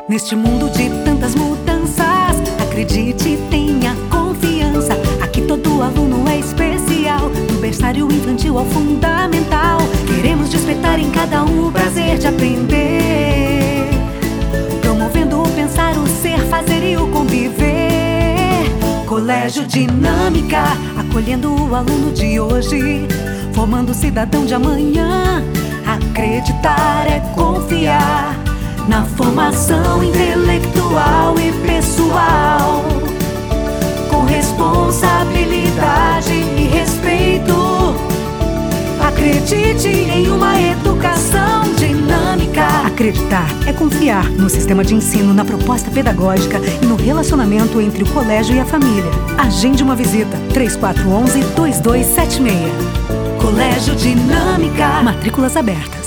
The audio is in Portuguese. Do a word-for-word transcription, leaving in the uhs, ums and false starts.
Neste mundo de tantas mudanças, acredite, tenha confiança. Aqui todo aluno é especial, do berçário infantil ao fundamental. Queremos despertar em cada um o prazer de aprender, promovendo o pensar, o ser, fazer e o conviver. Colégio Dinâmica, acolhendo o aluno de hoje, formando o cidadão de amanhã. Acreditar é confiar na formação intelectual e pessoal, com responsabilidade e respeito. Acredite em uma educação dinâmica. Acreditar é confiar no sistema de ensino, na proposta pedagógica e no relacionamento entre o colégio e a família. Agende uma visita. três quatro um um, dois dois sete seis. Colégio Dinâmica. Matrículas abertas.